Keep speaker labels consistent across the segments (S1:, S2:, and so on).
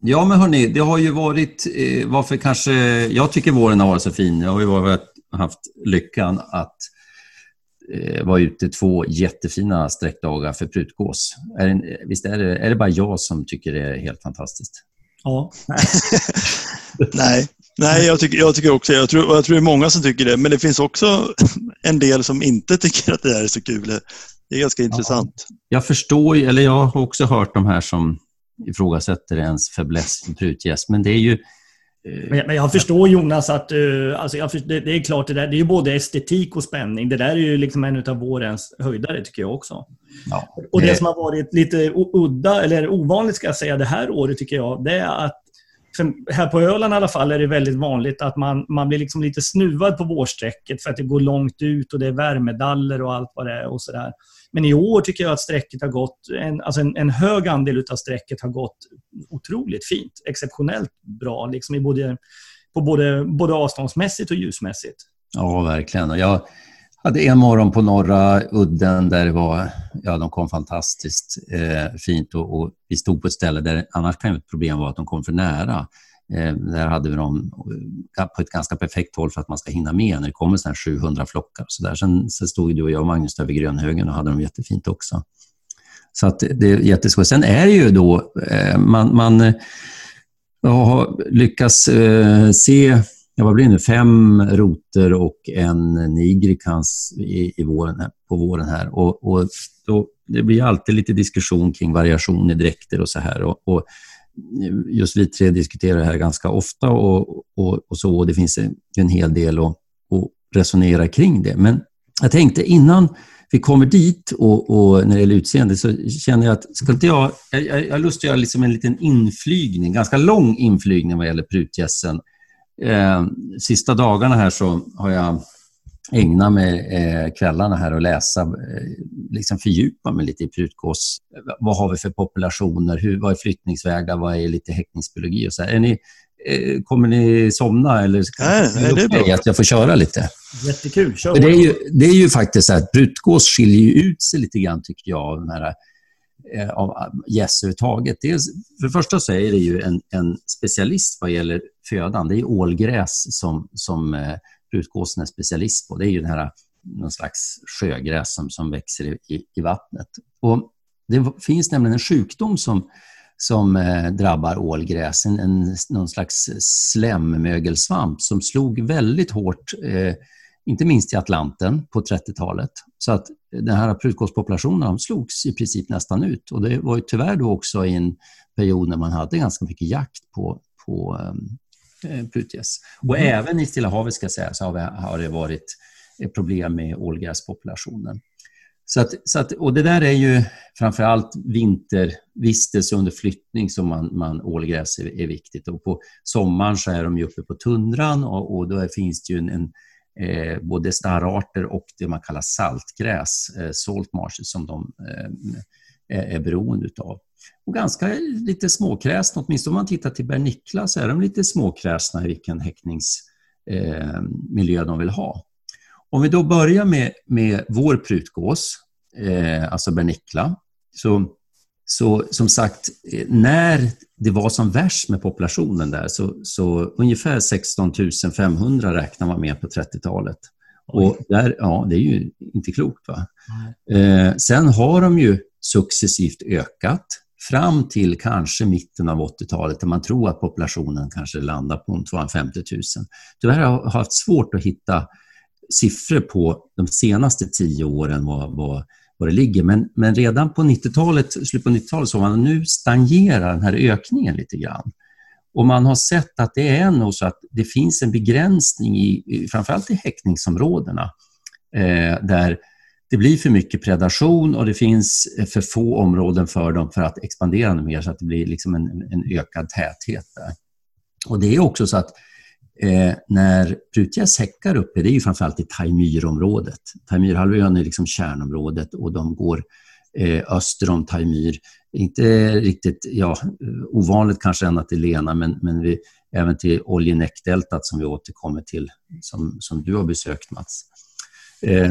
S1: Ja, men hörni, det har ju varit, varför kanske, jag tycker våren har varit så fin. Jag har ju haft lyckan att vara ute 2 jättefina sträckdagar för prutgås. Visst är det bara jag som tycker det är helt fantastiskt?
S2: Ja.
S3: Nej, jag tycker också, jag tror det är många som tycker det, men det finns också en del som inte tycker att det här är så kul. Det är ganska intressant.
S1: Jag förstår, eller jag har också hört de här som ifrågasätter ens fäbless för prutgäss, men det är ju...
S2: Men jag förstår, Jonas, att alltså det är klart, det är ju både estetik och spänning. Det där är ju liksom en av vårens höjdare, tycker jag också. Ja, och det som har varit lite udda, eller ovanligt ska jag säga, det här året tycker jag, det är att här på Öland i alla fall är det väldigt vanligt att man blir liksom lite snuvad på vårsträcket för att det går långt ut och det är värmedaller och allt vad det är och sådär. Men i år tycker jag att sträcket har gått, en hög andel av sträcket har gått otroligt fint, exceptionellt bra, liksom på både avståndsmässigt och ljusmässigt.
S1: Ja, verkligen. Och jag hade en morgon på Norra Udden där det var, de kom fantastiskt fint och vi stod på ett ställe där annars kan ju ett problem vara att de kom för nära. Där hade vi dem på ett ganska perfekt håll för att man ska hinna med när det kommer sådana här 700 flockar. Så där. Sen stod du och jag och Magnus där vid Grönhögen och hade dem jättefint också. Så att det är jätteskoj. Sen är det ju då, man har lyckats se, vad blir det nu, 5 roter och en nigrikans på våren här. Och då, det blir alltid lite diskussion kring variation i dräkter och så här. Och just vi 3 diskuterar det här ganska ofta och så. Och det finns en hel del att resonera kring det. Men jag tänkte innan vi kommer dit och när det gäller utseende så känner jag att ska inte jag har lust att göra liksom en liten inflygning, ganska lång inflygning vad gäller prutgässen. Sista dagarna här så har jag ägnat mig kvällarna här och läsa, liksom fördjupa mig lite i prutgås. Vad har vi för populationer? Vad är flyttningsvägar? Vad är lite häckningsbiologi och så här? Kommer ni somna eller
S3: nej, det är bra
S1: att jag får köra lite?
S2: Jättekul, kör.
S1: Det är ju faktiskt så att prutgås skiljer ju ut sig lite grann tycker jag av den här av gäss överhuvudtaget. För det första så är det ju en specialist vad gäller födan. Det är ålgräs som prutgåsen är specialist på. Det är ju den här någon slags sjögräs som växer i vattnet. Och det finns nämligen en sjukdom som drabbar ålgräs, någon slags slämmögelsvamp som slog väldigt hårt, inte minst i Atlanten på 30-talet. Så att den här prutgåspopulationen slogs i princip nästan ut. Och det var ju tyvärr då också i en period när man hade ganska mycket jakt på prutgäss. Och även i Stilla havet ska jag säga så har det varit ett problem med ålgräspopulationen. Så att, och det där är ju framförallt vintervistelse under flyttning som ålgräs är viktigt. Och på sommaren så är de ju uppe på tundran och då finns det ju både starrarter och det man kallar saltgräs, salt marshes, som de är beroende utav. Och ganska lite småkräsna, åtminstone om man tittar till Bernicla så är de lite småkräsna i vilken häckningsmiljö de vill ha. Om vi då börjar med vår prutgås, alltså Bernicla, så som sagt, när det var som värst med populationen där så ungefär 16 500 räknar man med på 30-talet. Och där, det är ju inte klokt va? Sen har de ju successivt ökat fram till kanske mitten av 80-talet där man tror att populationen kanske landar på 250 000. Tyvärr har jag haft svårt att hitta siffror på de senaste 10 åren vad det ligger. Men redan på 90-talet, slutet på 90-talet så man nu stagnerar den här ökningen lite grann. Och man har sett att det är nog så att det finns en begränsning framförallt i häckningsområdena där det blir för mycket predation och det finns för få områden för dem för att expandera mer så att det blir liksom en ökad täthet där. Och det är också så att när prutgäss häckar uppe, det är ju framförallt i Taimyrområdet. Taimyrhalvön är liksom kärnområdet och de går öster om Taimyr. Inte riktigt, ovanligt kanske ända till Lena, men även till Oljenäckdeltat som vi återkommer till, som du har besökt Mats.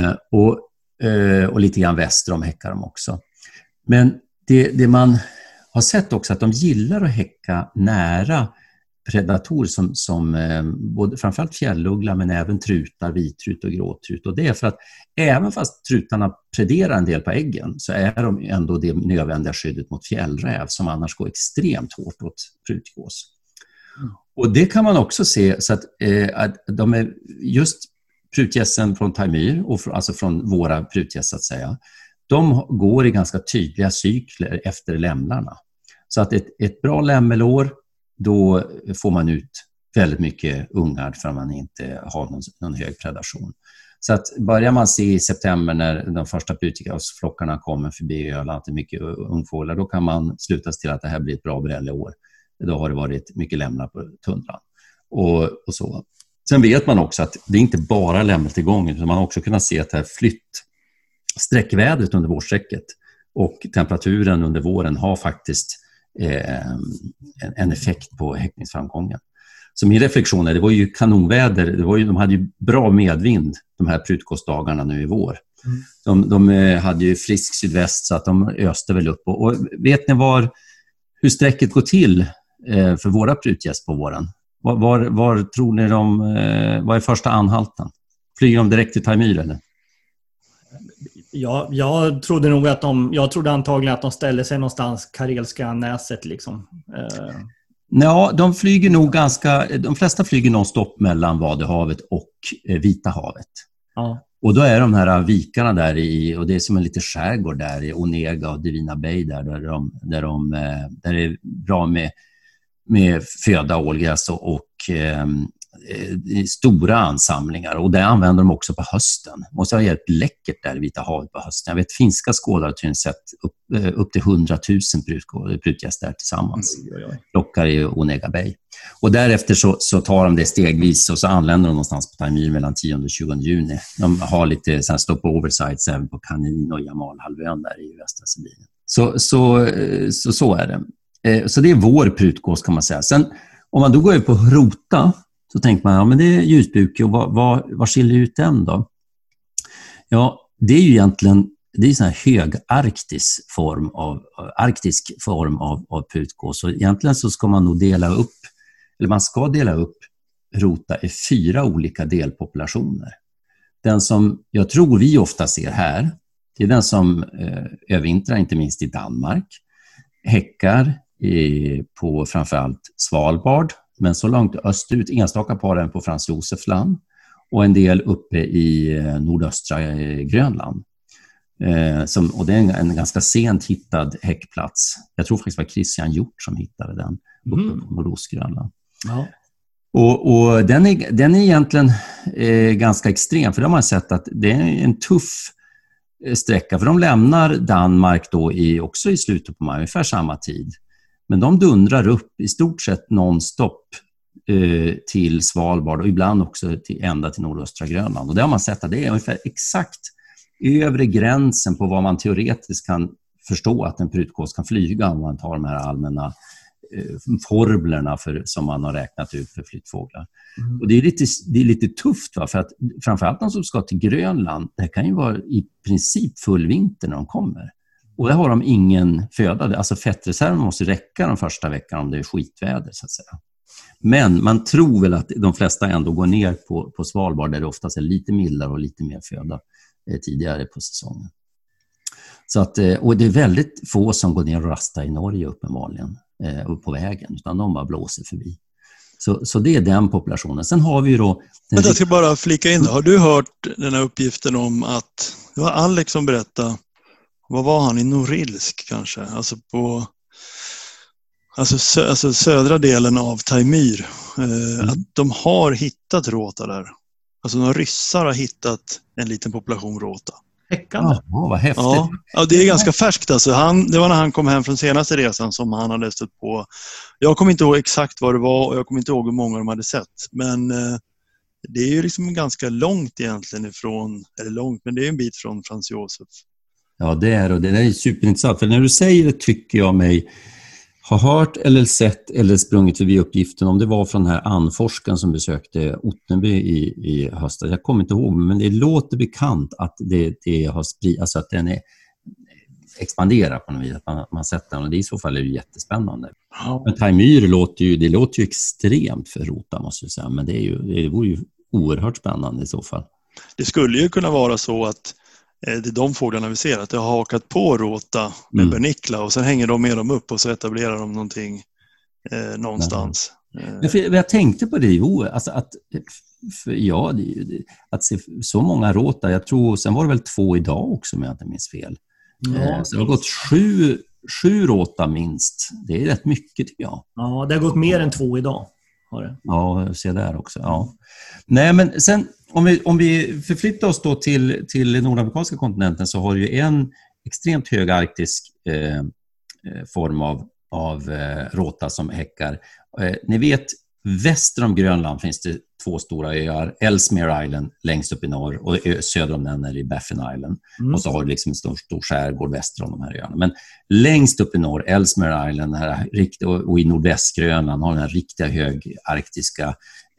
S1: Och lite grann väster om häckar de också. Men det man har sett också att de gillar att häcka nära predatorer som både framförallt fjälluggla men även trutar, vittrut och gråtrut. Och det är för att även fast trutarna prederar en del på äggen så är de ändå det nödvändiga skyddet mot fjällräv som annars går extremt hårt åt prutgås. Och det kan man också se så att de är just prutgässen från Taimyr, alltså från våra prutgäss så att säga, de går i ganska tydliga cykler efter lämlarna. Så att ett bra lämmelår, då får man ut väldigt mycket ungar för att man inte har någon hög predation. Så att börjar man se i september när de första prutgässflockarna kommer förbi Öland, det är mycket ungfåglar, då kan man sluta till att det här blir ett bra brälleår. Då har det varit mycket lämlar på tundran. Och så. Sen vet man också att det är inte bara lämnat igång, utan man har också kunnat se att det här sträckvädret under vårsträcket och temperaturen under våren har faktiskt en effekt på häckningsframgången. Så min reflektion är, det var ju kanonväder, de hade ju bra medvind de här prutgåsdagarna nu i vår. De hade ju frisk sydväst så att de öste väl upp. Och vet ni hur sträcket går till för våra prutgäss på våren? Var tror ni vad är första anhalten? Flyger de direkt till Taimyr eller?
S2: Ja, jag trodde nog jag trodde antagligen att de ställde sig någonstans Karelska näset liksom.
S1: Ja, de flesta flyger nonstop mellan Vadehavet och Vita havet. Ja. Och då är de här vikarna där och det är som en liten skärgård där i Onega och Divina Bay där det är bra med föda, ålgräs och stora ansamlingar, och det använder de också på hösten. Och så har det läckert där i Vita havet på hösten. Jag vet finska skådare har sett upp till 100 000 prutgäss där tillsammans. Lockar i Onega Bay. Och därefter så tar de det stegvis och så anländer de någonstans på Taimyr mellan 10 och 20 juni. De har lite stopoversites även på Kanin och Jamalhalvön där i västra Sibirien. Så är det. Så det är vår prutgås kan man säga. Sen om man då går över på rota så tänker man, ja men det är ljusbuke, och vad skiljer ut den då? Ja, det är ju egentligen sån här högarktisk form av prutgås. Så egentligen så ska man nog dela upp rota i 4 olika delpopulationer. Den som jag tror vi ofta ser här, det är den som övervintrar inte minst i Danmark, häckar på framförallt Svalbard, men så långt österut, enstaka par även på Frans Josef land och en del uppe i nordöstra Grönland. Och det är en ganska sent hittad häckplats. Jag tror faktiskt det var Christian Hjort som hittade den uppe på Nordostgrönland. Ja. Och den är egentligen ganska extrem, för de har sett att det är en tuff sträcka, för de lämnar Danmark då också i slutet på maj, ungefär samma tid. Men de dundrar upp i stort sett nonstop till Svalbard och ibland också ända till nordöstra Grönland. Och det har man sett att det är ungefär exakt övre gränsen på vad man teoretiskt kan förstå att en prutgås kan flyga om man tar de här allmänna formlerna som man har räknat ut för flyttfåglar. Och det är lite tufft, va? För att framförallt de som ska till Grönland, det kan ju vara i princip full vinter när de kommer. Och där har de ingen föda. Alltså fettreserven måste räcka de första veckan om det är skitväder så att säga. Men man tror väl att de flesta ändå går ner på Svalbard där det oftast är lite mildare och lite mer föda tidigare på säsongen. Så att, och det är väldigt få som går ner och rastar i Norge uppenbarligen på vägen, utan de bara blåser förbi. Så det är den populationen. Sen har vi ju då...
S3: Jag ska bara flika in. Har du hört den här uppgiften om att... Det var Alex som berättade. Vad var han? I Norilsk kanske? Alltså på... Alltså södra delen av Taimyr. Att de har hittat råta där. Alltså några ryssar har hittat en liten population råta.
S2: Häckande.
S1: Ja, vad häftigt.
S3: Ja, det är ganska färskt. Alltså. Det var när han kom hem från senaste resan som han hade stött på. Jag kommer inte ihåg exakt vad det var och jag kommer inte ihåg hur många de hade sett. Men det är ju liksom ganska långt egentligen ifrån, eller långt, men det är en bit från Frans Josef.
S1: Ja, det är superintressant. För när du säger det tycker jag mig ha hört eller sett eller sprungit förbi uppgiften om det var från den här anforskaren som besökte Ottenby i höstas. Jag kommer inte ihåg, men det låter bekant att det har spridit, alltså att den är expandera på något vis. Att man sätter den, och det i så fall är det jättespännande. Men Taimyr låter ju extremt för rota, måste jag säga. Men det vore ju oerhört spännande i så fall.
S3: Det skulle ju kunna vara så att det är de fåglarna vi ser, att det har hakat på rota med Bernicla, och sen hänger de med dem upp och så etablerar de någonting någonstans.
S1: Jag tänkte på det, alltså att se så många råta, jag tror, sen var det väl 2 idag också om jag inte minns fel. Så det har gått 7 råta minst. Det är rätt mycket, tycker jag.
S2: Ja, det har gått mer än 2 idag. Har det.
S1: Ja, jag ser där också. Ja. Nej, men sen om vi förflyttar oss då till nordamerikanska kontinenten, så har ju en extremt hög arktisk form av råta som häckar. Ni vet, väster om Grönland finns det 2 stora öar. Ellesmere Island längst upp i norr, och söder om den är det Baffin Island. Och så har du liksom en stor skärgård väster om de här öarna. Men längst upp i norr, Ellesmere Island, och i nordvästgrönland har den här riktiga högarktiska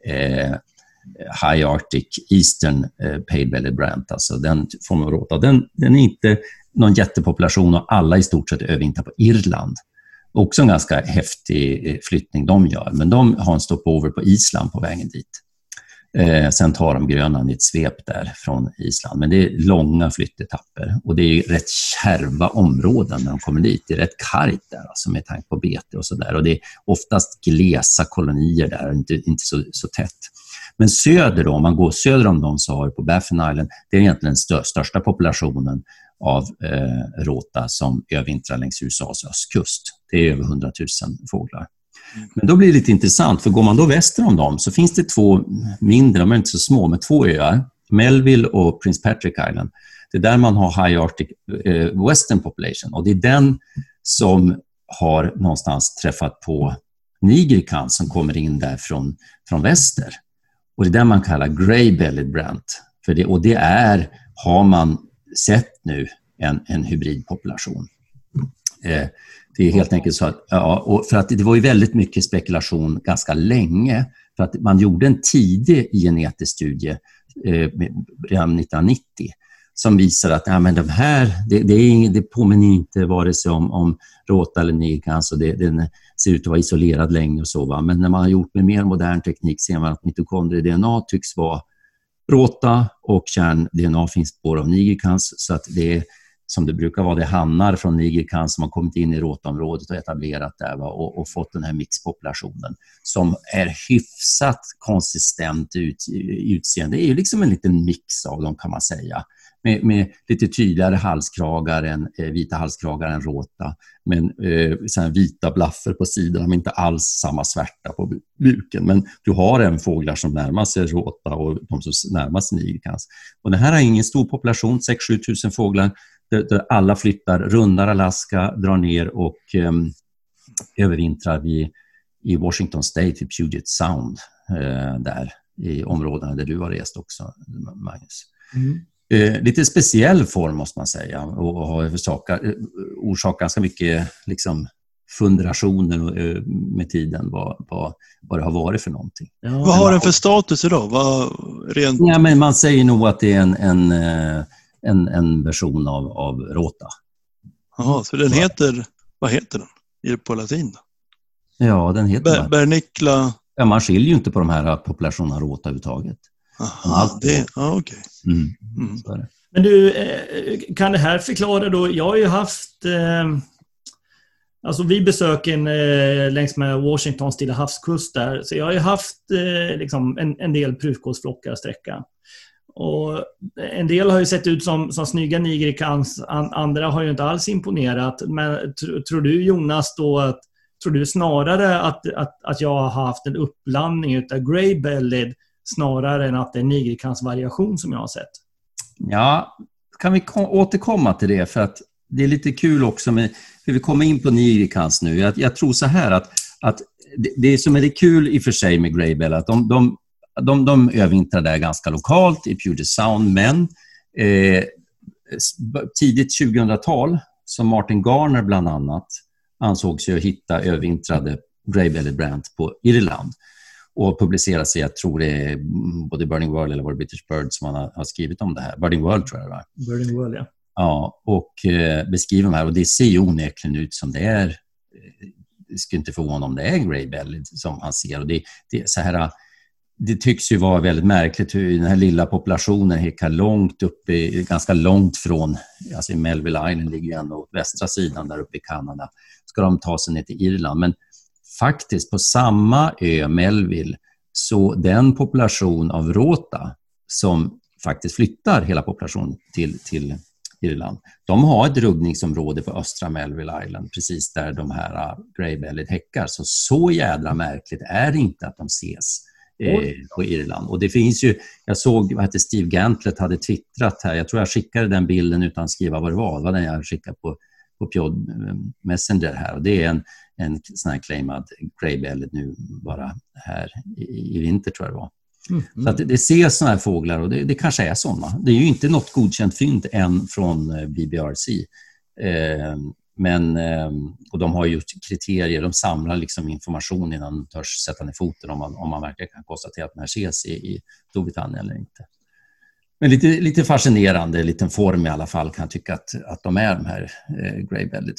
S1: High Arctic Eastern Pale-bellied Brant. Alltså den formen av råta. Den är inte någon jättepopulation, och alla i stort sett övintrar på Irland. Också en ganska häftig flyttning de gör, men de har en stopover på Island på vägen dit. Sen tar de Grönland i ett svep där från Island, men det är långa flyttetapper, och det är rätt kärva områden när de kommer dit. Det är rätt kargt där, alltså med tanke på bete och sådär, och det är oftast glesa kolonier där, inte så tätt. Men söder då, om man går söder om dem, så har på Baffin Island, det är egentligen den största populationen av råta som övintrar längs USAs östkust. Det är över 100 000 fåglar. Men då blir det lite intressant, för går man då väster om dem så finns det 2 mindre, de är inte så små, men 2 öar, Melville och Prince Patrick Island. Det är där man har High Arctic Western Population, och det är den som har någonstans träffat på nigricans som kommer in där från väster. Och det är där man kallar Grey-bellied Brant. Och det har man sett nu en hybridpopulation. Det är helt enkelt så att, och för att det var ju väldigt mycket spekulation ganska länge, för att man gjorde en tidig genetisk studie redan 1990 som visar att men de här, det påminner inte vare sig om råta eller nigricans, och den ser ut att vara isolerad länge och så, va? Men när man har gjort med mer modern teknik ser man att mitokondrie-DNA tycks vara råta, och kärn-DNA finns både av nigricans, så att det är som det brukar vara, det hannar från nigricans som har kommit in i råtområdet och etablerat där, va? Och fått den här mixpopulationen som är hyfsat konsistent utseende. Det är ju liksom en liten mix av dem, kan man säga. Med lite tydligare halskragar vita halskragar än råta, men vita blaffer på sidorna, men inte alls samma svärta på buken. Men du har en fåglar som närmar sig råta och de som närmar sig nigricans. Och det här har ingen stor population, 6-7 000 fåglar, där alla flyttar, rundar Alaska, drar ner och övervintrar i Washington State, vid Puget Sound, där i områdena där du har rest också, Magnus. Lite speciell form, måste man säga, och har orsakat ganska mycket liksom fundationer med tiden vad det har varit för någonting.
S3: Ja. Vad har den för status idag?
S1: Ja, men man säger nog att det är en version av råta.
S3: Jaha, så den heter, vad heter den på latin då?
S1: Ja, den heter
S3: Bernicla.
S1: Ja, man skiljer ju inte på de här populationerna råta överhutaget.
S3: Okej.
S2: Men du, kan det här förklara då? Jag har ju haft alltså vi besöker längs med Washingtons Stilla havskust där, så jag har ju haft liksom en del prutgåsflockar sträcka. Och en del har ju sett ut som snygga nigricans, andra har ju inte alls imponerat. Men tror du, Jonas, då tror du snarare att jag har haft en uppblandning utav Grey-bellied snarare än att det är nigricans variation som jag har sett?
S1: Ja, kan vi återkomma till det, för att det är lite kul också med hur vi kommer in på nigricans nu. Jag tror så här att det som är det kul i och för sig med Grey-bellied, att de övintrar där ganska lokalt i Puget Sound, men tidigt 2000-tal, som Martin Garner bland annat ansåg sig att hitta övervintrade Grey-bellied Brant på Irland, och publicerat sig, jag tror det är både Burning World eller var det British Bird som han har skrivit om det här. Burning World tror jag det var.
S2: Burning World, ja.
S1: Ja, och beskriver de här, och det ser ju onekligen ut som det är. Det skulle inte förvåna om det är grey-bellied som man ser. Och det så här, det tycks ju vara väldigt märkligt hur den här lilla populationen häckar långt uppe, ganska långt från, alltså i Melville Island ligger ju ändå åt västra sidan där uppe i Kanada. Ska de ta sig ner till Irland. Men faktiskt på samma ö, Melville, så den population av råta som faktiskt flyttar hela populationen till Irland, de har ett ruggningsområde på östra Melville Island, precis där de här grey-bellied häckar. Så jädra märkligt är det inte att de ses på Irland. Och det finns ju, jag såg att Steve Gantlet hade twittrat här, jag tror jag skickade den bilden utan att skriva vad det var den jag skickade på Pjod Messenger här, och det är en sån här claimad grey-bellied nu bara här i vinter tror jag det var. Så att det ses såna här fåglar, och det kanske är såna. Det är ju inte något godkänt fynd än från BBRC. Men och de har gjort kriterier, de samlar liksom information innan de törs sätta ner foten om man verkligen kan konstatera att den här ses i Storbritannien eller inte. Men lite fascinerande liten form i alla fall, kan jag tycka att de är de här grey-bellied.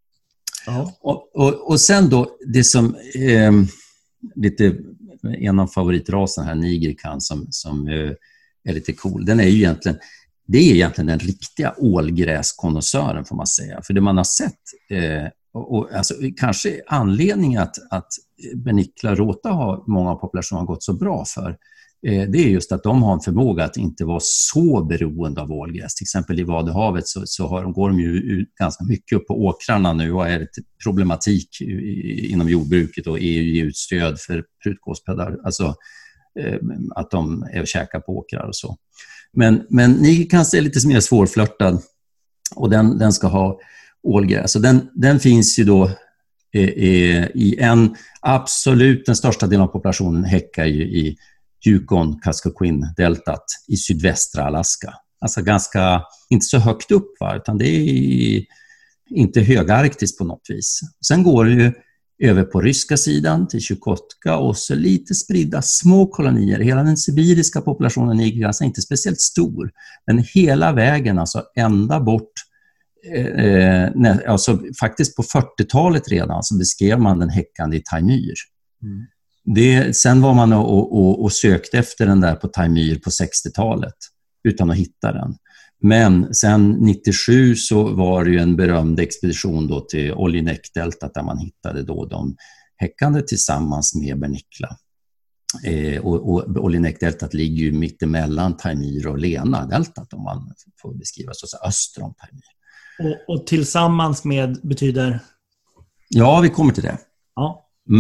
S1: Och sen då det som lite en av favoritraserna här, nigricans, som är lite cool. Det är egentligen den riktiga ålgräskonnässören får man säga. För det man har sett, alltså, kanske anledningen att Bernicla rota har många populationer har gått så bra för, det är just att de har en förmåga att inte vara så beroende av ålgräs. Till exempel i Vadehavet så går de ju ut ganska mycket upp på åkrarna nu, och är det problematik inom jordbruket, och EU ger ut stöd för prutgåspedar, alltså att de är och käkar på åkrar och så. Men ni kan se lite mer svårflörtad, och den ska ha ålgräs. Så den finns ju då i absolut den största delen av populationen häckar ju i Yukon-Kuskokwin-deltat i sydvästra Alaska. Alltså ganska, inte så högt upp utan det är inte högarktis på något vis. Sen går det ju över på ryska sidan till Chukotka, och så lite spridda små kolonier. Hela den sibiriska populationen är inte speciellt stor, men hela vägen, alltså ända bort, alltså faktiskt på 40-talet redan så beskrev man den häckande i Taimyr. Sen var man och sökte efter den där på Taimyr på 60-talet utan att hitta den. Men sen 97 så var det ju en berömd expedition då till Oljeneck-deltat där man hittade då de häckande tillsammans med Bernicla. Och Oljeneck-deltat ligger ju mitt emellan Taimyr och Lena-deltat, om man får beskriva så öster om Taimyr.
S2: Och tillsammans med betyder?
S1: Ja, vi kommer till det.
S2: Ja.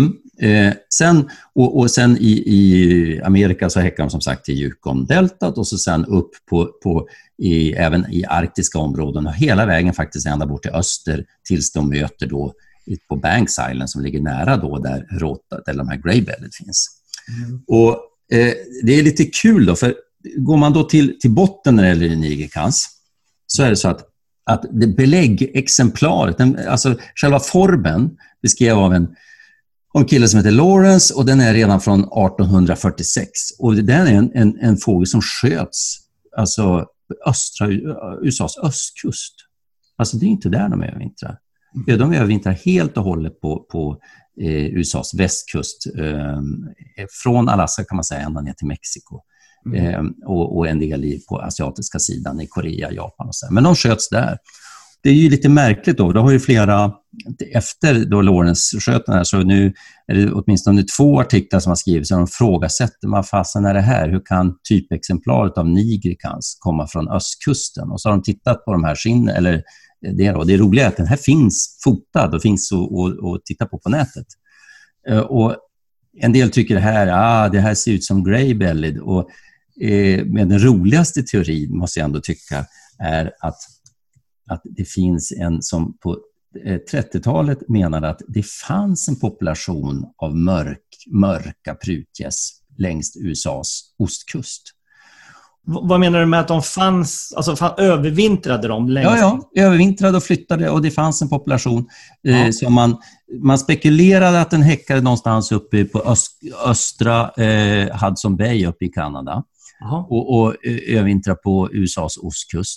S1: Sen i Amerika så häckar de som sagt i Yukon-deltat, och så sen upp även i arktiska områden, och hela vägen faktiskt ända bort till öster tills de möter då på Banks Island som ligger nära då där de här grey-bellied finns. Och det är lite kul då, för går man då till botten när det gäller nigricans, så är det så att det beläggexemplaret, alltså själva formen beskrev av en kille som heter Lawrence, och den är redan från 1846, och den är en fågel som sköts alltså östra USAs östkust. Alltså det är inte där de övervintrar. De övervintrar helt och hållet på USAs västkust, från Alaska kan man säga ända ner till Mexiko, och en del på asiatiska sidan i Korea, Japan och så. Men de sköts där. Det är ju lite märkligt då. Det har ju flera, efter då Lawrence sköt den här, så nu är det åtminstone 2 artiklar som har skrivits och de frågasätter vad fasen är det här? Hur kan typexemplaret av nigricans komma från östkusten? Och så har de tittat på de här det är roligt att den här finns fotad och finns att titta på nätet. Och en del tycker det här ser ut som grey-bellied, och med den roligaste teorin måste jag ändå tycka är att det finns en som på 30-talet menade att det fanns en population av mörka prutgäss längs USAs ostkust.
S2: Vad menar du med att de fanns, alltså övervintrade de längs?
S1: Ja, övervintrade och flyttade, och det fanns en population som man spekulerade att den häckade någonstans uppe på östra Hudson Bay uppe i Kanada och övervintrade på USAs ostkust.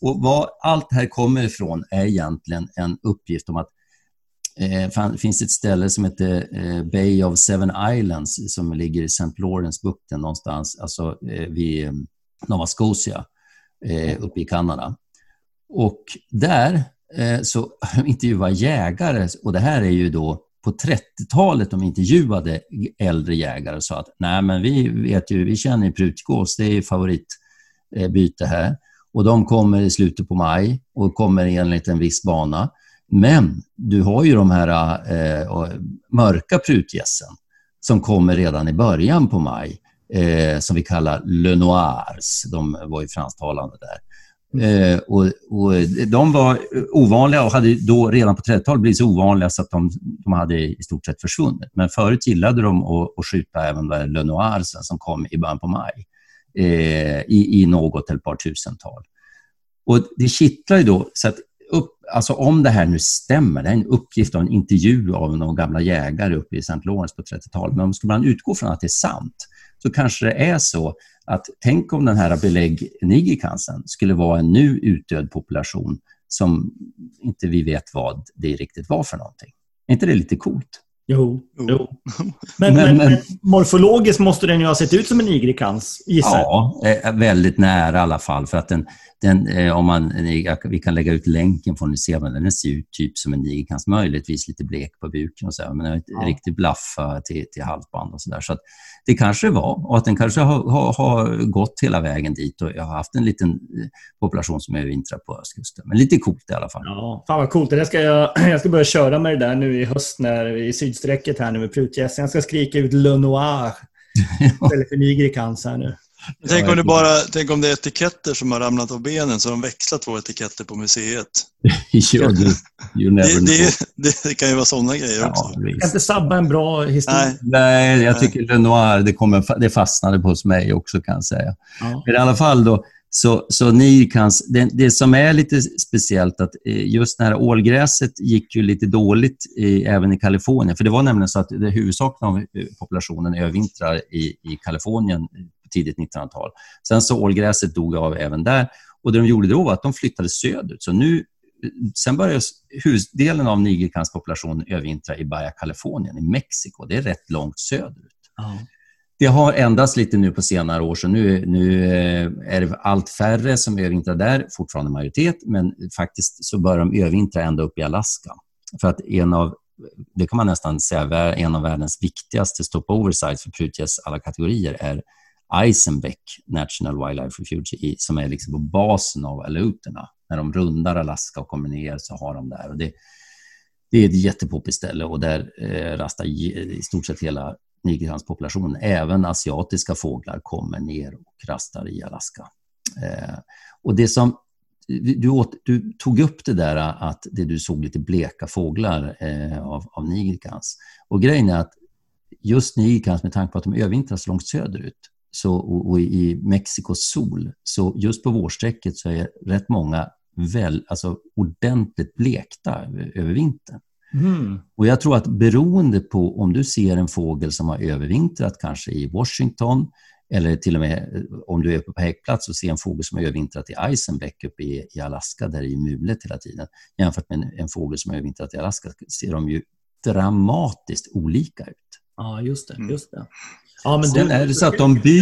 S1: Och vad allt här kommer ifrån är egentligen en uppgift om att det finns ett ställe som heter Bay of Seven Islands som ligger i St. Lawrence-bukten någonstans, alltså vid Nova Scotia uppe i Kanada. Och där så intervjuar jägare, och det här är ju då på 30-talet de intervjuade äldre jägare och sa att nej, men vi vet ju, vi känner ju prutgås, det är favoritbyte här. Och de kommer i slutet på maj och kommer enligt en viss bana. Men du har ju de här mörka prutgässen som kommer redan i början på maj, som vi kallar Le Noirs. De var ju fransktalande där. Och de var ovanliga och hade då redan på 30-talet blivit så ovanliga så att de hade i stort sett försvunnit. Men förut gillade de att skjuta även Le Noirs som kom i början på maj i något eller ett par tusental. Och det kittlar ju då så att alltså om det här nu stämmer, det är en uppgift av en intervju av några gamla jägare uppe i St. Lawrence på 30-talet, men om man utgår från att det är sant så kanske det är så att tänk om den här belägg-nigercancern skulle vara en nu utdöd population som inte vi vet vad det riktigt var för någonting. Är inte det lite coolt?
S2: Jo. Men morfologiskt måste den ju ha sett ut som en nigericans, gissar.
S1: Ja, väldigt nära i alla fall, för att den vi kan lägga ut länken för att ni se, men den ser ut typ som en nigericans, möjligtvis lite blek på buken och så, men riktigt blaffa till halsband och så där. Så att det kanske var, och att den kanske har gått hela vägen dit, och jag har haft en liten population som övervintrar på östkusten. Men lite coolt i alla fall.
S2: Ja, fan vad coolt. Det ska jag ska börja köra med det där nu i höst i sydsträcket här nu med prutgässen. Jag ska skrika ut Le Noir istället för nigericans här nu.
S3: Tänk om det är etiketter som har ramlat av benen så de växlar 2 etiketter på museet. Det kan ju vara sådana grejer också.
S2: Jag kan inte sabba en bra historia.
S1: Nej, jag tycker Le Noir, det fastnade på hos mig också, kan jag säga. Ja. Men i alla fall då, så nigericans, det som är lite speciellt att just när ålgräset gick ju lite dåligt även i Kalifornien, för det var nämligen så att det huvudsakligen av populationen övervintrar i Kalifornien tidigt 1900-tal. Sen så ålgräset dog av även där, och det de gjorde då var att de flyttade söderut. Så sen började huvuddelen av nigericans-populationen övervintra i Baja Kalifornien i Mexiko. Det är rätt långt söderut. Ja. Det har ändrats lite nu på senare år, så nu är det allt färre som övervintrar där, fortfarande majoritet, men faktiskt så börjar de övervintra ända upp i Alaska. För att det kan man nästan säga, en av världens viktigaste stopover sites för prutgäss alla kategorier är Eisenbeck National Wildlife Refuge, som är liksom på basen av Aleuterna. När de rundar Alaska och kommer ner så har de där. Och det är ett jättepoppigt ställe, och där rastar i stort sett hela nigericans-populationen. Även asiatiska fåglar kommer ner och rastar i Alaska. Och det som du tog upp det där, att du såg lite bleka fåglar av nigericans. Och grejen är att just nigericans, med tanke på att de övervintrar så långt söderut, och i Mexikos sol, så just på vårsträcket så är rätt många ordentligt blekta över vintern. Och jag tror att beroende på om du ser en fågel som har övervintrat kanske i Washington, eller till och med om du är uppe på häckplats och ser en fågel som har övervintrat i Eisenbeck uppe i Alaska, där det är mulet hela tiden, jämfört med en fågel som har övervintrat i Alaska, ser de ju dramatiskt olika ut.
S2: Ja, just det. Ja, men
S1: sen är det så att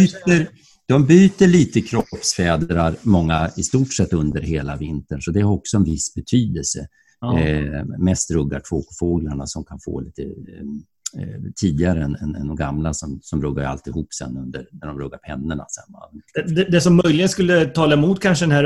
S1: de byter lite kroppsfjädrar, många i stort sett under hela vintern, så det har också en viss betydelse. Ja. Mest ruggar tvåkfåglarna som kan få lite tidigare än de gamla som ruggar alltihop sen när de ruggar pennorna sen.
S2: Det som möjligen skulle tala emot kanske den här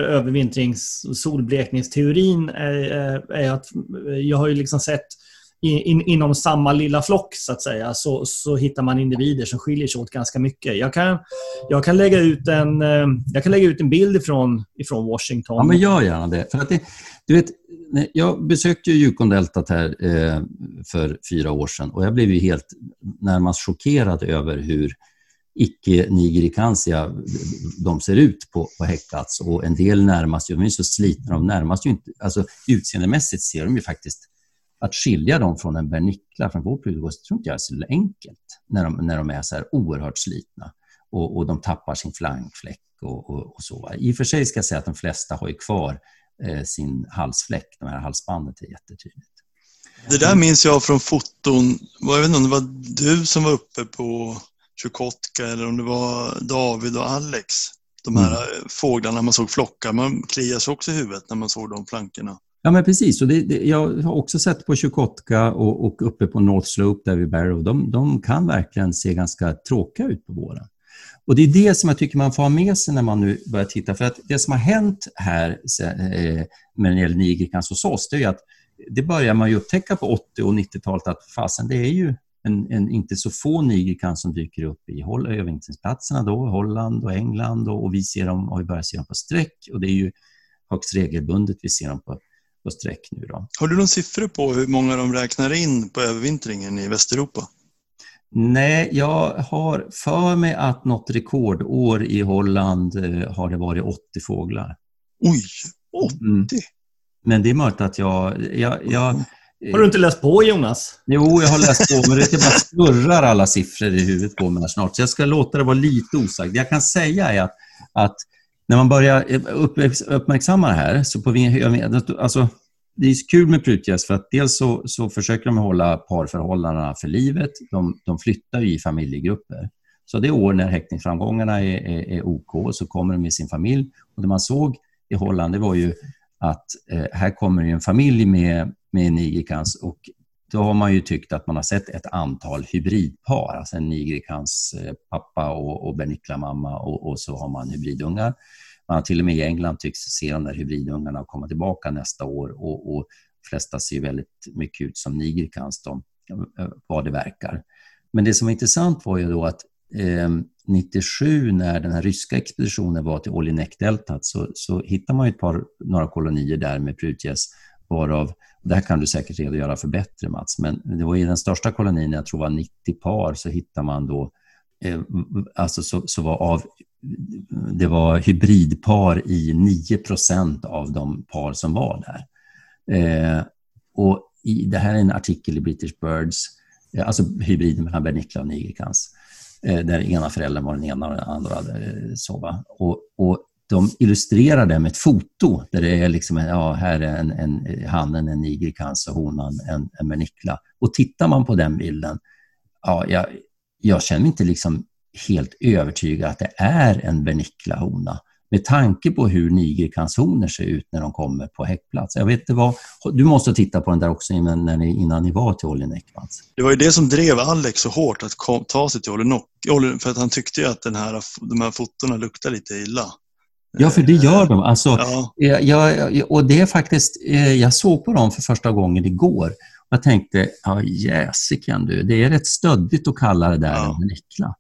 S2: övervintrings-solblekningsteorin är att jag har ju liksom sett inom samma lilla flock så att säga, så hittar man individer som skiljer sig åt ganska mycket. Jag kan lägga ut en bild ifrån Washington.
S1: Ja, men gör gärna det. För att du vet, jag besökte ju Yukon-deltat här för 4 år sedan, och jag blev ju helt närmast chockerad över hur icke-nigericansia de ser ut på häckplats, och en del närmast, de är så slitna, de närmast ju inte, alltså utseendemässigt ser de ju faktiskt, att skilja dem från en bernikla från vår prutgås tror inte jag är så enkelt när de är så här oerhört slitna. och de tappar sin flankfläck och så. I och för sig ska jag säga att de flesta har ju kvar sin halsfläck, de här halsbandet är jättetydligt.
S3: Det där minns jag från foton, jag vet inte om det var du som var uppe på Chukotka eller om det var David och Alex. De här fåglarna, man såg flockar, man kliar sig också i huvudet när man såg de flankerna.
S1: Ja men precis, och jag har också sett på Chukotka och uppe på North Slope där vid Barrow, de kan verkligen se ganska tråkiga ut på våren. Och det är det som jag tycker man får ha med sig när man nu börjar titta, för att det som har hänt här med den gäller nigerikans hos oss, det är ju att det börjar man ju upptäcka på 80- och 90-talet att fasen, det är ju en inte så få nigerikans som dyker upp i övervintringsplatserna då, Holland och England och vi ser dem och vi börjar se dem på sträck och det är ju högst regelbundet vi ser dem på sträck nu då.
S3: Har du någon siffror på hur många de räknar in på övervintringen i Västeuropa?
S1: Nej, jag har för mig att något rekordår i Holland har det varit 80 fåglar.
S3: Oj, 80?
S1: Men det är möjligt att jag...
S2: Har du inte läst på, Jonas?
S1: Jo, jag har läst på, men det bara snurrar alla siffror i huvudet på mig här snart. Så jag ska låta det vara lite osagt. Det jag kan säga är att när man börjar uppmärksamma det här så alltså, det är kul med prutgäss för att dels så försöker de hålla parförhållandena för livet. De flyttar ju i familjegrupper. Så det år när häckningsframgångarna är OK så kommer de med sin familj. Och det man såg i Holland det var ju att här kommer ju en familj med nigerikans och då har man ju tyckt att man har sett ett antal hybridpar. Alltså en nigerikans pappa och bernikla mamma och så har man hybridungar. Man har till och med i England tycks se de där hybridungarna komma tillbaka nästa år och flesta ser väldigt mycket ut som nigerikans vad det verkar. Men det som var intressant var ju då att 97 när den här ryska expeditionen var till Olinek-deltat så hittar man ju några kolonier där med prutgäss varav, där kan du säkert redogöra för bättre Mats, men det var i den största kolonin, jag tror var 90 par, så hittar man då alltså det var hybridpar i 9% av de par som var där. Och det här är en artikel i British Birds, alltså hybriden mellan bernikla och nigerikans, där ena föräldern var den ena och den andra sova. Och de illustrerar det med ett foto där det är liksom, här är hannen en nigerikans och honan en bernikla. Och tittar man på den bilden, jag känner mig inte liksom helt övertygad att det är en bernikla hona med tanke på hur nigerikanshoner ser ut när de kommer på häckplats. Jag vet inte vad, du måste titta på den där också innan ni var till Olinek.
S3: Det var ju det som drev Alex så hårt att ta sig till Olinek, för att han tyckte ju att de här fotona luktar lite illa.
S1: Ja, för det gör de. Alltså, och det är faktiskt, jag såg på dem för första gången igår och jag tänkte, jäsiken du, det är rätt stöddigt att kalla det där en bernikla.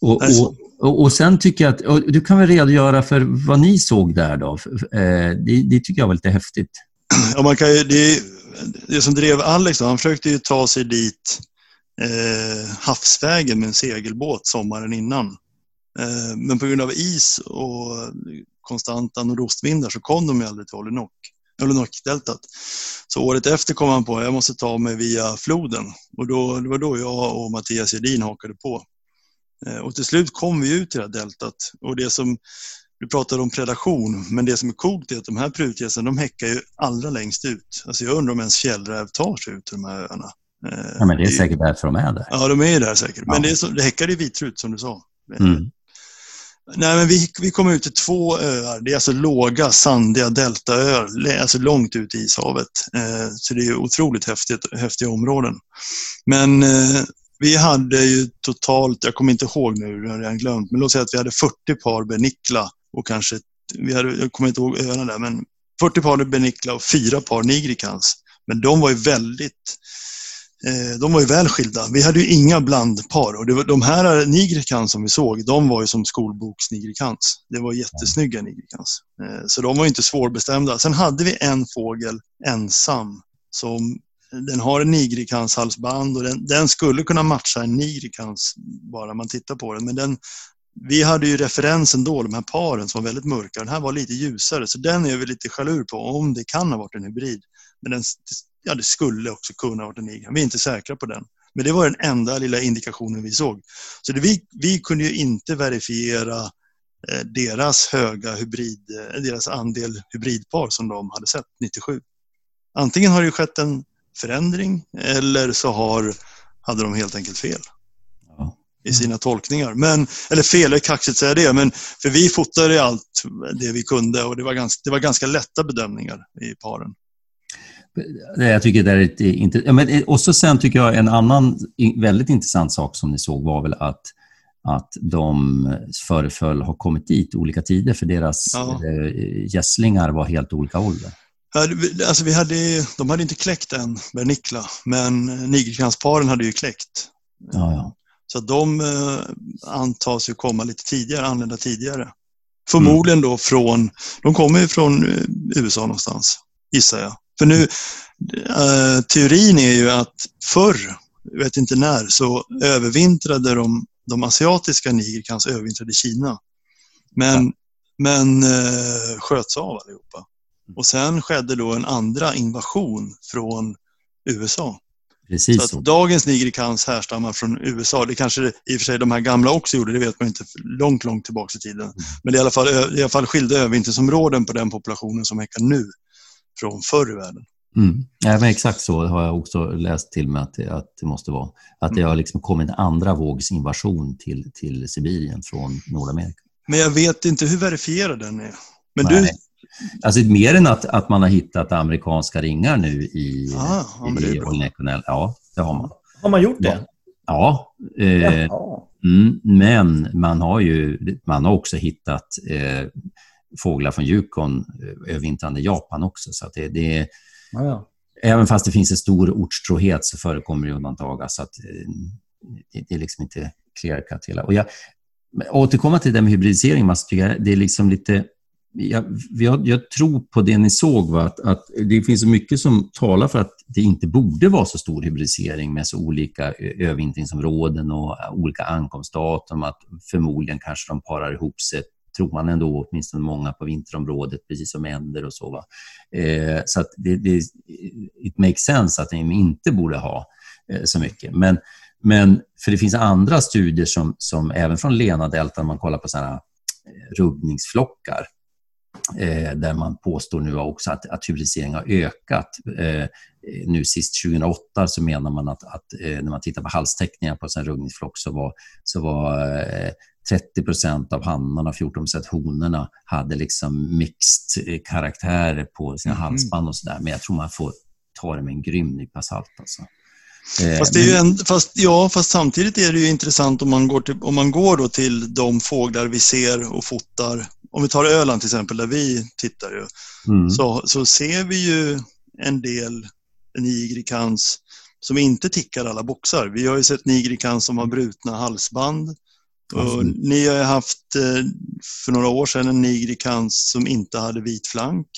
S1: Och sen tycker jag att, du kan väl redogöra för vad ni såg där då, det tycker jag var lite häftigt.
S3: Ja, man kan ju, det som drev Alex då, han försökte ju ta sig dit havsvägen med en segelbåt sommaren innan. Men på grund av is och konstanta nordostvindar så kom de ju aldrig till Olinek-deltat. Så året efter kom han på att jag måste ta mig via floden. Och det var då jag och Mattias Edin hakade på. Och till slut kom vi ut till det här deltat. Och det som, du pratade om predation, men det som är coolt är att de här prutgässen, de häckar ju allra längst ut. Alltså jag undrar om ens fjällräv tar sig ut till de här öarna.
S1: Ja, men det är säkert därför de är där.
S3: Ja, de är ju där säkert. Men det häckar ju vitrut som du sa. Nej, men vi kommer ut till 2 öar. Det är alltså låga, sandiga deltaöar, alltså långt ut i ishavet. Så det är otroligt häftiga områden. Men vi hade ju totalt, jag kommer inte ihåg nu, jag har redan glömt, men låt säga att vi hade 40 par bernikla och kanske, jag kommer inte ihåg öarna där, men 40 par bernikla och 4 par nigerikans. Men de var ju väl skilda. Vi hade ju inga blandpar och det var, de här nigerikans som vi såg, de var ju som skolboksnigerikans. Det var jättesnygga nigerikans. Så de var ju inte svårbestämda. Sen hade vi en fågel ensam som den har en nigerikans halsband och den skulle kunna matcha en nigerikans bara man tittar på den. Men vi hade ju referensen då, de här paren som var väldigt mörka. Den här var lite ljusare, så den är vi lite jalur på om det kan ha varit en hybrid. Men det skulle också kunna ha varit en nigerikans. Vi är inte säkra på den. Men det var den enda lilla indikationen vi såg. Så vi kunde ju inte verifiera deras deras andel hybridpar som de hade sett 97. Antingen har det skett en förändring eller så hade de helt enkelt fel i sina tolkningar. Eller fel är kaxigt säga det, men för vi fotade allt det vi kunde och det var ganska lätta bedömningar i paren.
S1: Jag tycker det är inte. Men också sen tycker jag en annan väldigt intressant sak som ni såg var väl att de föreföll ha kommit dit olika tider för deras gässlingar var helt olika ålder.
S3: Alltså de hade inte kläckt än med Nikla, men nigerkransparen hade ju kläckt.
S1: Ja.
S3: Så de antas ju komma lite tidigare, anlända tidigare. Förmodligen då de kommer ju från USA någonstans, gissar jag. För nu, teorin är ju att förr, jag vet inte när, så övervintrade de asiatiska nigerkrans övervintrade i Kina. Men sköts av allihopa. Och sen skedde då en andra invasion från USA.
S1: Precis
S3: så. Dagens nigerkrans härstammar från USA. Det kanske i och för sig de här gamla också gjorde, det vet man inte långt tillbaka i tiden. Men det är i alla fall skilda övervintringsområden på den populationen som häckar nu från förr i världen.
S1: Ja, men exakt så har jag också läst till mig att det måste vara. Att det har liksom kommit en andra vågs invasion till Sibirien från Nordamerika.
S3: Men jag vet inte hur verifierad den är. Men
S1: nej. Alltså mer än att man har hittat amerikanska ringar nu i Olnekonell. Ja, det har man.
S2: Har man gjort det?
S1: Ja. Men man har också hittat fåglar från Yukon övervintrande i Japan också. Så att det är även fast det finns en stor ortstrohet så förekommer det undantag. Så att det är liksom inte clear-cut hela. Och jag återkommer till det med hybridisering. Man tycker det är liksom lite... Jag tror på det ni såg att det finns så mycket som talar för att det inte borde vara så stor hybridisering med så olika övervintringsområden och olika ankomstdatum, att förmodligen kanske de parar ihop sig, tror man ändå, åtminstone många på vinterområdet, precis som änder och så. Så att it makes sense att de inte borde ha så mycket. Men för det finns andra studier som även från Lena-deltan, man kollar på sådana rubbningsflockar, där man påstår nu också att hybridisering har ökat. Nu sist 2008 så menar man att när man tittar på halstäckningar på en rubbningsflock så var 30% av hannarna och 14% honorna hade liksom mixed karaktärer på sina halsband och sådär. Men jag tror man får ta det med en grym nypa salt alltså.
S3: Fast samtidigt är det ju intressant om man går då till de fåglar vi ser och fotar. Om vi tar Öland till exempel, där vi tittar ju, så ser vi ju en del nigerikans som inte tickar alla boxar. Vi har ju sett nigerikans som har brutna halsband. Och ni har ju haft för några år sedan en nigerikans som inte hade vit flank.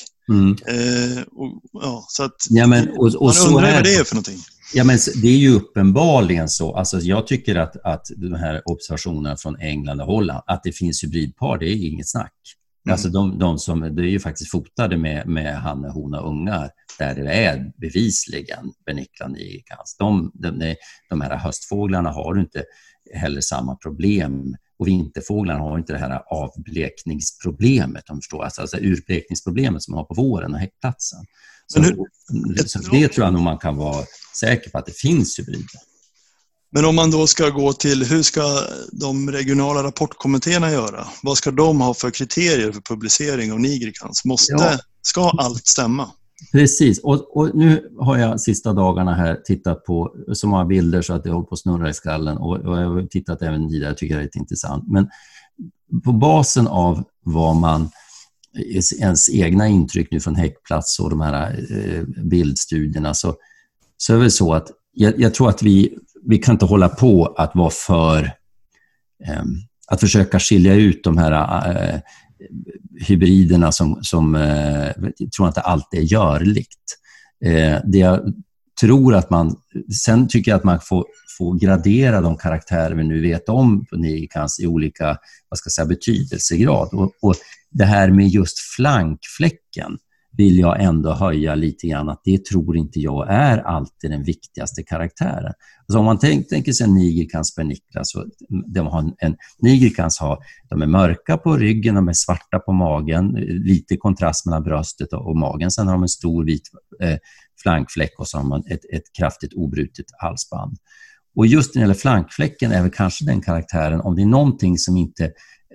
S3: Så att man undrar vad det är för någonting.
S1: Ja, men det är ju uppenbarligen så. Alltså, jag tycker att de här observationerna från England och Holland, att det finns hybridpar, det är inget snack. Alltså de som, det är ju faktiskt fotade med hanne, hona och ungar, där det är bevisligen Bernicla nigerikans. De här höstfåglarna har inte heller samma problem, och vinterfåglarna har inte det här avblekningsproblemet, om du förstår. Alltså urblekningsproblemet som man har på våren och häckplatsen. Så det tror jag nog man kan vara säker på att det finns hybrider.
S3: Men om man då ska gå till, hur ska de regionala rapportkommittéerna göra? Vad ska de ha för kriterier för publicering av nigerikans? Ska allt stämma?
S1: Precis, och nu har jag sista dagarna här tittat på så många bilder så att jag håller på att snurra i skallen, och jag har tittat även vidare, tycker jag är lite intressant. Men på basen av vad man, ens egna intryck nu från häckplats och de här bildstudierna, så är det väl så att jag tror att vi kan inte hålla på att vara för att försöka skilja ut de här hybriderna som jag tror inte alltid är görligt. Det jag tror att sen tycker jag att man får gradera de karaktärer vi nu vet om på nigerikans i olika, betydelsegrad. Och det här med just flankfläcken vill jag ändå höja lite grann att det tror inte jag är alltid den viktigaste karaktären. Alltså om man tänker sig en nigerkrans bernicla, så de har en nigerkrans de är mörka på ryggen, de är svarta på magen, lite kontrast mellan bröstet och magen. Sen har de en stor vit flankfläck och så har man ett kraftigt obrutet halsband. Och just när det gäller flankfläcken är väl kanske den karaktären, om det är någonting som inte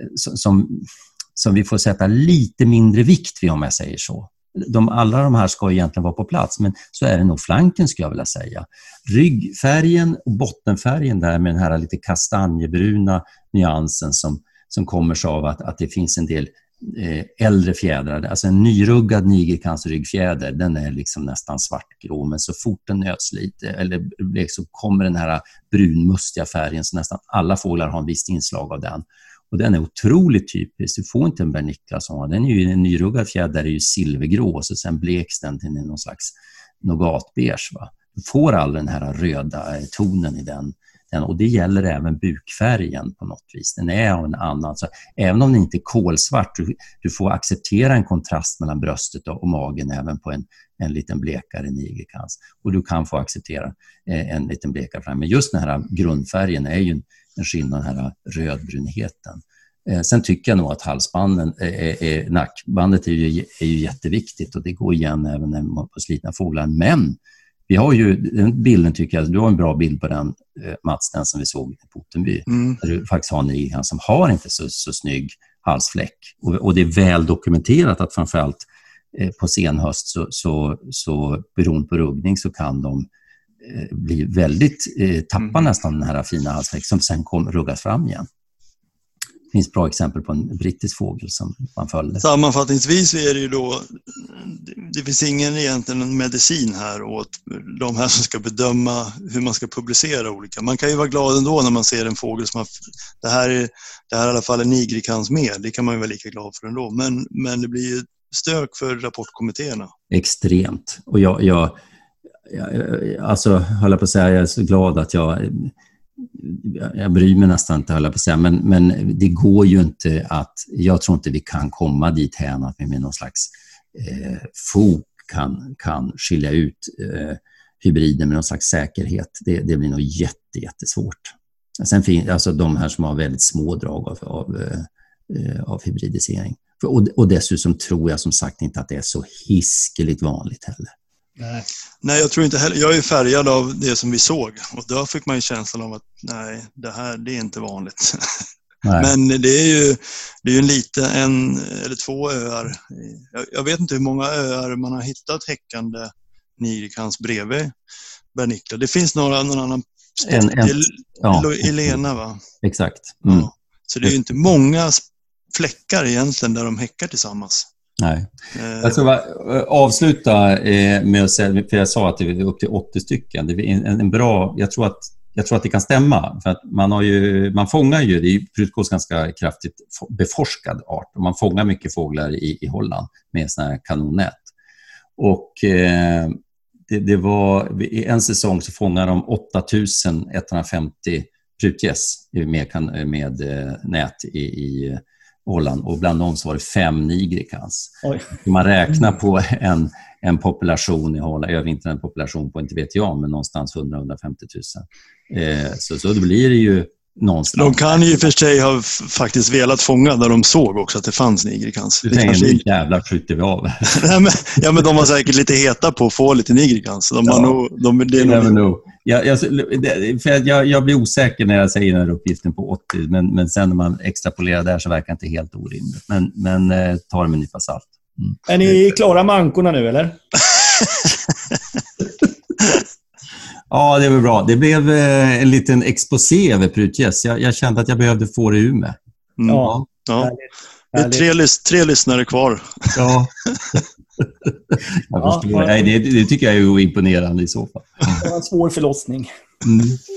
S1: som vi får sätta lite mindre vikt vid, om jag säger så. Alla de här ska egentligen vara på plats, men så är det nog flanken, skulle jag vilja säga. Ryggfärgen och bottenfärgen där med den här lite kastanjebruna nyansen som kommer sig av att det finns en del äldre fjädrar. Alltså en nyruggad nigerkransryggfjäder, den är liksom nästan svartgrå, men så fort den nöts lite eller så kommer den här brunmustiga färgen, så nästan alla fåglar har en visst inslag av den. Och den är otroligt typisk. Du får inte en bernicla som har. Den är ju en nyruggad fjäder, är ju silvergrå, så sen bleks den till någon slags nougatbeige, va. Du får aldrig den här röda tonen i den. Och det gäller även bukfärgen på något vis. Den är av en annan. Så även om den inte är kolsvart, du får acceptera en kontrast mellan bröstet och magen även på en liten blekare nigerkrans. Och du kan få acceptera en liten blekare fram. Men just den här grundfärgen är ju en skillnad, den här rödbrunheten. Sen tycker jag nog att halsbanden, nackbandet är ju jätteviktigt, och det går igen även på slitna fåglar. Men vi har ju den bilden, tycker jag, du har en bra bild på den, Mats, den som vi såg i Ottenby. Där du faktiskt har en nigerkrans som har inte så snygg halsfläck. Och det är väl dokumenterat att framförallt på senhöst så beroende på ruggning så kan de bli väldigt tappa nästan den här fina halsfläck som sen ruggas fram igen. Det finns bra exempel på en brittisk fågel som man följde.
S3: Sammanfattningsvis är det ju då, det finns ingen egentligen medicin här åt de här som ska bedöma hur man ska publicera olika. Man kan ju vara glad ändå när man ser en fågel som har, det här är i alla fall en nigerkrans med, det kan man ju vara lika glad för ändå. Men det blir ju stök för rapportkommittéerna.
S1: Extremt. Och jag alltså, höll jag på att säga, jag är så glad att jag bryr mig nästan inte, höll jag på att säga, men det går ju inte jag tror inte vi kan komma dit här att vi med någon slags fog kan skilja ut hybriden med någon slags säkerhet. Det blir nog jättesvårt. Sen finns alltså de här som har väldigt små drag av hybridisering. Och dessutom tror jag som sagt inte att det är så hiskeligt vanligt heller.
S3: Nej, jag tror inte heller. Jag är färgad av det som vi såg, och då fick man ju känslan av att nej, det är inte vanligt. Men det är ju en eller två öar. Jag vet inte hur många öar man har hittat häckande nigerkrans bredvid bernicla. Det finns någon annan Elena, va?
S1: Exakt.
S3: Ja. Så det är ju inte många fläckar egentligen där de häckar tillsammans.
S1: Nej. Jag ska avsluta med att säga, för jag sa att det är upp till 80 stycken. Det är en bra, jag tror att det kan stämma, för att man fångar ju, det är ju Prutkås ganska kraftigt beforskad art, och man fångar mycket fåglar i Holland med såna här kanonnät. Och det var i en säsong så fångade de 8150 prutgäss med nät i Holland, och bland dem så var det 5 nigerkrans. Man räknar på en population i Holland, övervintrande population på, inte vet jag, men någonstans 100-150 000. Så då blir det ju någonstans.
S3: De kan ju för sig ha faktiskt velat fånga där de såg också att det fanns nigerkrans.
S1: Du tänker, nu jävlar skjuter vi av.
S3: men de var säkert lite heta på att få lite nigerkrans.
S1: Jag blir osäker när jag säger den här uppgiften på 80, men sen när man extrapolerar där så verkar det inte helt orimligt. Men ta det med en nypa salt.
S2: Är ni klara med ankorna nu, eller?
S1: Ja, det var bra. Det blev en liten exposé över prutgäss. Jag kände att jag behövde få det ur mig.
S3: Ja. Det är tre lyssnare kvar.
S1: Ja. Jag förstår. Nej, det tycker jag är imponerande i så fall.
S2: Det var en svår förlossning.